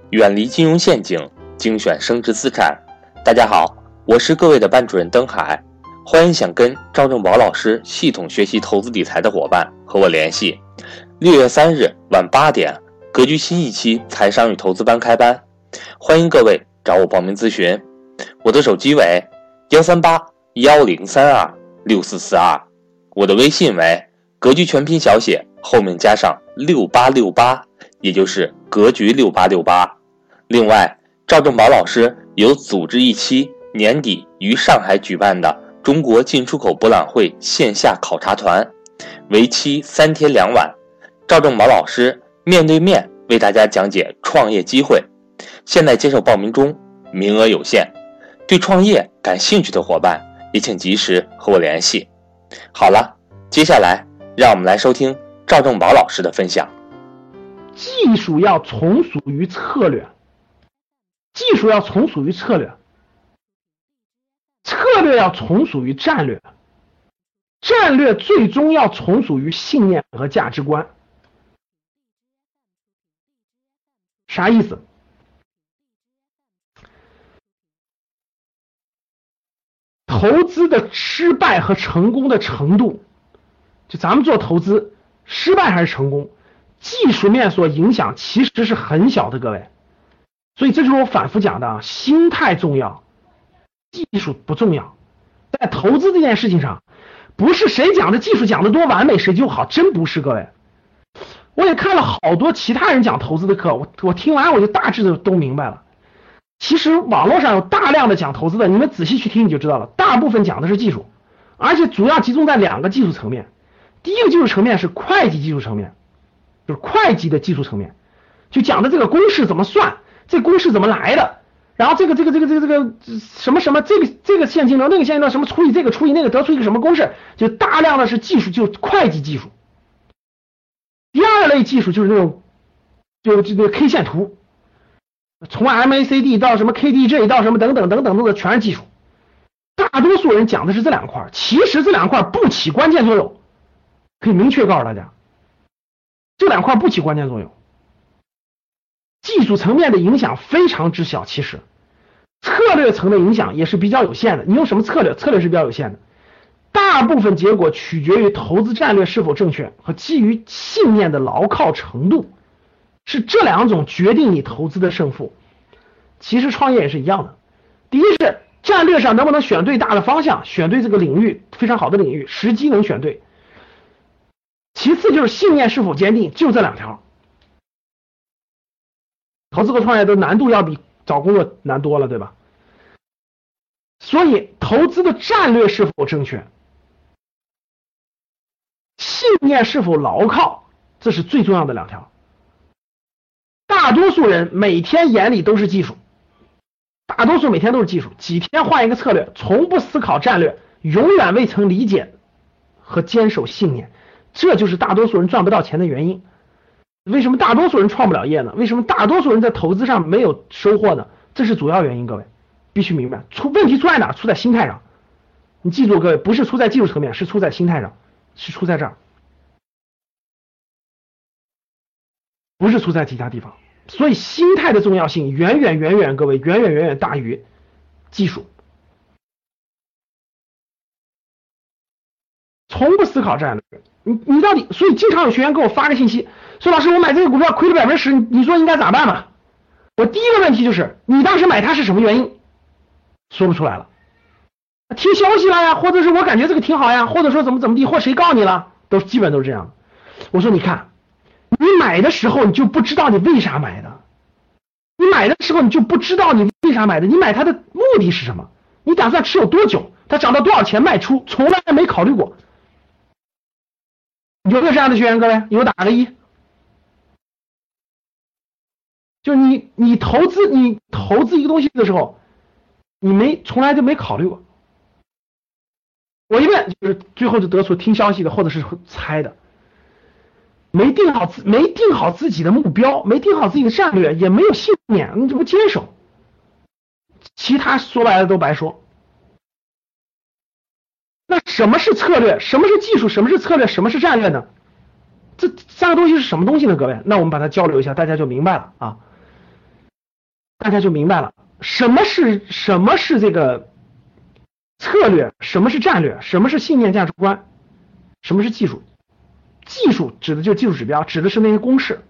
远离金融陷阱，精选升值资产。大家好，我是各位的班主任登海，欢迎想跟赵正宝老师系统学习投资理财的伙伴和我联系。6月3日晚8点，格局新一期财商与投资班开班，欢迎各位找我报名咨询。我的手机为13810326442，我的微信为格局全拼小写后面加上6868，也就是格局6868。另外，赵正宝老师有组织一期年底于上海举办的中国进出口博览会线下考察团，为期3天2晚，赵正宝老师面对面为大家讲解创业机会，现在接受报名中，名额有限，对创业感兴趣的伙伴也请及时和我联系。好了，接下来让我们来收听赵正宝老师的分享。 技术要从属于策略，技术要从属于策略，策略要从属于战略，战略最终要从属于信念和价值观。啥意思？投资的失败和成功的程度，就咱们做投资失败还是成功，技术面所影响其实是很小的，各位。所以这就是我反复讲的啊，心态重要，技术不重要。在投资这件事情上，不是谁讲的技术讲的多完美谁就好，真不是，各位。我也看了好多其他人讲投资的课，我听完我就大致的都明白了。其实网络上有大量的讲投资的，你们仔细去听你就知道了，大部分讲的是技术，而且主要集中在2个技术层面。第一个技术层面是会计技术层面，就是会计的技术层面，就讲的这个公式怎么算，这公式怎么来的，然后这个什么什么这个现金流那个现金流什么除以这个除以那个得出一个什么公式，就大量的是技术，就是会计技术。第二类技术就是那种就这个 K 线图，从 MACD 到什么 KDJ 到什么等等的全是技术。大多数人讲的是这2块，其实这2块不起关键作用，可以明确告诉大家，这2块不起关键作用。技术层面的影响非常之小，其实策略层的影响也是比较有限的。你用什么策略？策略是比较有限的。大部分结果取决于投资战略是否正确和基于信念的牢靠程度，是这2种决定你投资的胜负。其实创业也是一样的，第一是战略上能不能选对大的方向，选对这个领域非常好的领域，时机能选对。其次就是信念是否坚定，就这2条。投资和创业的难度要比找工作难多了，对吧？所以投资的战略是否正确，信念是否牢靠，这是最重要的2条。大多数人每天眼里都是技术，大多数每天都是技术，几天换一个策略，从不思考战略，永远未曾理解和坚守信念，这就是大多数人赚不到钱的原因。为什么大多数人创不了业呢？为什么大多数人在投资上没有收获呢？这是主要原因，各位必须明白。问题出在哪？出在心态上。你记住，各位，不是出在技术层面，是出在心态上，是出在这儿，不是出在其他地方。所以心态的重要性远远各位远远大于技术。从不思考战略，你到底，所以经常有学员给我发个信息说，老师我买这个股票亏了10%，你说应该咋办吧？我第一个问题就是你当时买它是什么原因？说不出来了，听消息了呀，或者是我感觉这个挺好呀，或者说怎么地，或谁告你了，基本都是这样。我说你看，你买的时候你就不知道你为啥买的，你买的时候你就不知道你为啥买的，你买它的目的是什么？你打算持有多久？它涨到多少钱卖出？从来没考虑过。有没有这样的学员？各位有打个1。就是你投资一个东西的时候，你从来就没考虑过。我一问就是最后就得出听消息的或者是猜的，没定好自己的目标，没定好自己的战略，也没有信念，你怎么坚守？其他说白了都白说。那什么是策略？什么是技术？什么是策略？什么是战略呢？这3个东西是什么东西呢？各位，那我们把它交流一下，大家就明白了啊。 大家就明白了什么是这个策略，什么是战略，什么是信念价值观，什么是技术。技术指的就是技术指标，指的是那些公式。